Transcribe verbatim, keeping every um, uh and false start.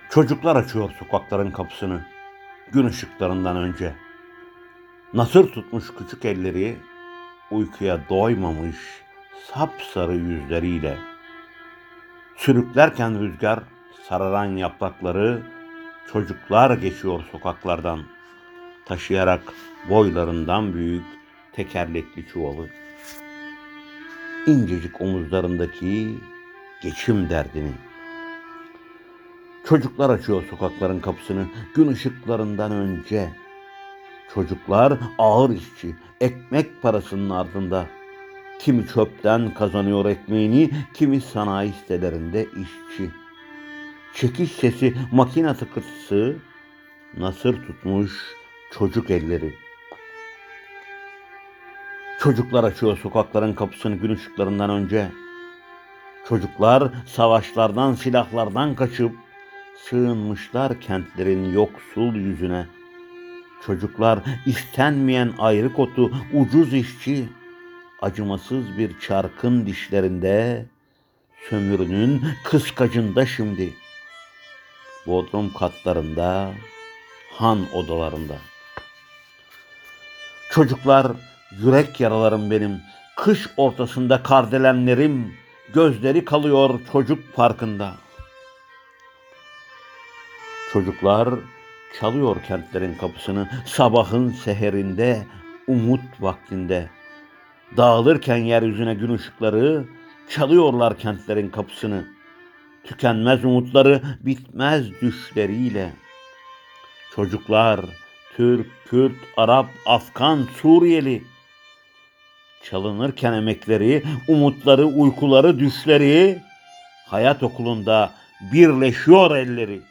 Çocuklar açıyor sokakların kapısını gün ışıklarından önce. Nasır tutmuş küçük elleri, uykuya doymamış sapsarı yüzleriyle. Sürüklerken rüzgar sararan yaprakları, çocuklar geçiyor sokaklardan, taşıyarak boylarından büyük tekerlekli çuvalı. İncecik omuzlarındaki geçim derdini. Çocuklar açıyor sokakların kapısını gün ışıklarından önce. Çocuklar ağır işçi, ekmek parasının ardında. Kimi çöpten kazanıyor ekmeğini, kimi sanayi sitelerinde işçi. Çekiş sesi, makine tıkırtısı, nasır tutmuş çocuk elleri. Çocuklar açıyor sokakların kapısını gün ışıklarından önce. Çocuklar savaşlardan, silahlardan kaçıp sığınmışlar kentlerin yoksul yüzüne. Çocuklar istenmeyen ayrık otu, ucuz işçi, acımasız bir çarkın dişlerinde, sömürünün kıskacında şimdi. Bodrum katlarında, han odalarında. Çocuklar yürek yaralarım benim, kış ortasında kardelenlerim, gözleri kalıyor çocuk parkında. Çocuklar çalıyor kentlerin kapısını sabahın seherinde, umut vaktinde. Dağılırken yeryüzüne gün ışıkları, çalıyorlar kentlerin kapısını. Tükenmez umutları, bitmez düşleriyle. Çocuklar, Türk, Kürt, Arap, Afgan, Suriyeli. Çalınırken emekleri, umutları, uykuları, düşleri, hayat okulunda birleşiyor elleri.